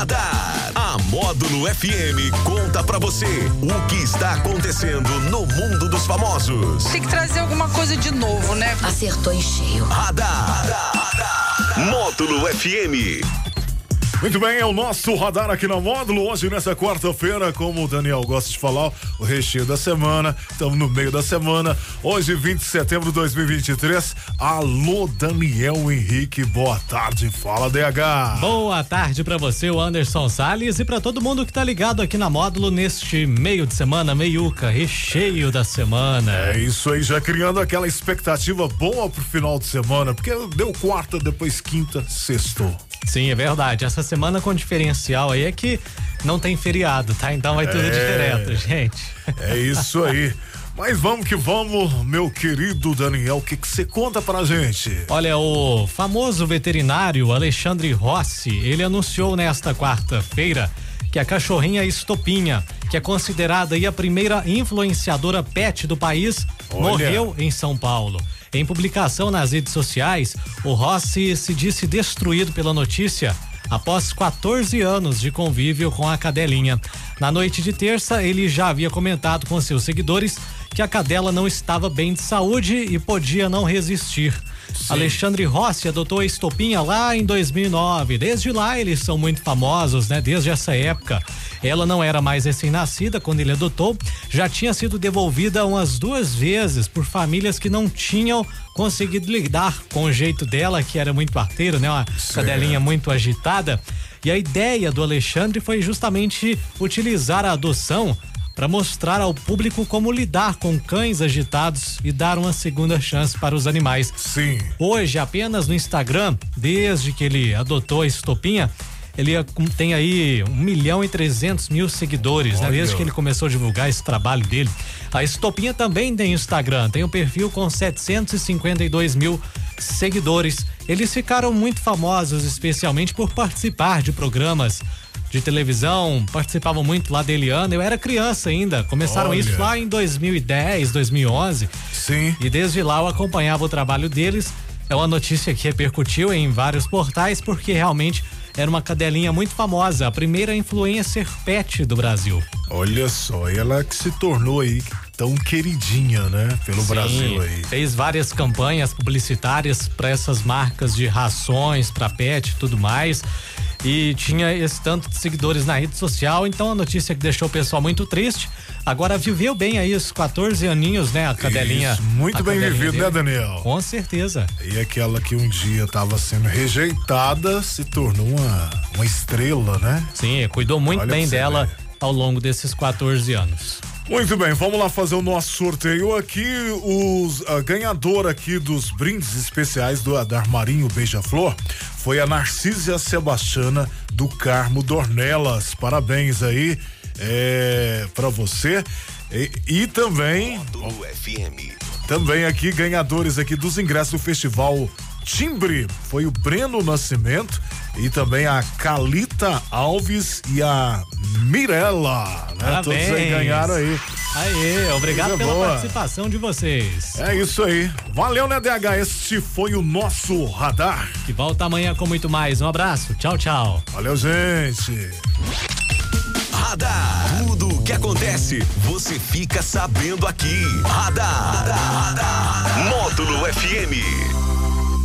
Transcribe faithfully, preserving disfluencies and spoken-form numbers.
Radar. A Módulo F M conta pra você o que está acontecendo no mundo dos famosos. Tem que trazer alguma coisa de novo, né? Acertou em cheio. Radar. Radar, radar. Módulo F M. Muito bem, é o nosso radar aqui na Módulo. Hoje, nessa quarta-feira, como o Daniel gosta de falar, o recheio da semana. Estamos no meio da semana. Hoje, vinte de setembro de dois mil e vinte e três. Alô, Daniel Henrique. Boa tarde. Fala, D H. Boa tarde pra você, o Anderson Salles, e pra todo mundo que tá ligado aqui na Módulo neste meio de semana, meiuca, recheio da semana. É isso aí, já criando aquela expectativa boa pro final de semana, porque deu quarta, depois quinta, sextou. Sim, é verdade. Essa semana com diferencial aí é que não tem feriado, tá? Então vai tudo é, direto, gente. É isso aí. Mas vamos que vamos, meu querido Daniel, o que que você conta pra gente? Olha, o famoso veterinário Alexandre Rossi, ele anunciou nesta quarta-feira que a cachorrinha Estopinha, que é considerada aí a primeira influenciadora pet do país, Olha. morreu em São Paulo. Em publicação nas redes sociais, o Rossi se disse destruído pela notícia após quatorze anos de convívio com a cadelinha. Na noite de terça, ele já havia comentado com seus seguidores que a cadela não estava bem de saúde e podia não resistir. Sim. Alexandre Rossi adotou a Estopinha lá em dois mil e nove. Desde lá eles são muito famosos, né? Desde essa época. Ela não era mais recém-nascida quando ele adotou, já tinha sido devolvida umas duas vezes por famílias que não tinham conseguido lidar com o jeito dela, que era muito arteira, né? Uma Sim. cadelinha muito agitada. E a ideia do Alexandre foi justamente utilizar a adoção para mostrar ao público como lidar com cães agitados e dar uma segunda chance para os animais. Sim. Hoje, apenas no Instagram, desde que ele adotou a Estopinha, ele tem aí um milhão e trezentos mil seguidores, né? Desde que ele começou a divulgar esse trabalho dele. A Estopinha também tem Instagram, tem um perfil com setecentos e cinquenta e dois mil seguidores. Eles ficaram muito famosos, especialmente por participar de programas de televisão, participavam muito lá da Eliana. Eu era criança ainda, começaram Olha. isso lá em dois mil e dez, dois mil e onze. Sim. E desde lá eu acompanhava o trabalho deles. É uma notícia que repercutiu em vários portais porque realmente era uma cadelinha muito famosa, a primeira influencer pet do Brasil. Olha só, ela que se tornou aí tão queridinha, né? Pelo Sim, Brasil aí. Fez várias campanhas publicitárias para essas marcas de rações, para pet e tudo mais. E tinha esse tanto de seguidores na rede social, então a notícia que deixou o pessoal muito triste. Agora viveu bem aí os quatorze aninhos, né? A cadelinha. Isso, muito bem vivido, dele. né, Daniel? Com certeza. E aquela que um dia estava sendo rejeitada se tornou uma, uma estrela, né? Sim, cuidou muito Olha bem dela ver. ao longo desses quatorze anos. Muito bem, vamos lá fazer o nosso sorteio aqui. Os a ganhadora aqui dos brindes especiais do da Armarinho Beija-Flor foi a Narcísia Sebastiana do Carmo Dornelas. Parabéns aí é, para você. E, e também Módulo F M. Também aqui ganhadores aqui dos ingressos do Festival Timbre foi o Breno Nascimento e também a Calita Alves e a Mirella, né? Parabéns. Todos aí ganharam aí. Aê, obrigado Coisa pela boa. participação de vocês. É isso aí. Valeu, né, D H? Este foi o nosso radar. Que volta amanhã com muito mais. Um abraço. Tchau, tchau. Valeu, gente. Radar. Tudo o que acontece, você fica sabendo aqui. Radar. Radar. Módulo F M.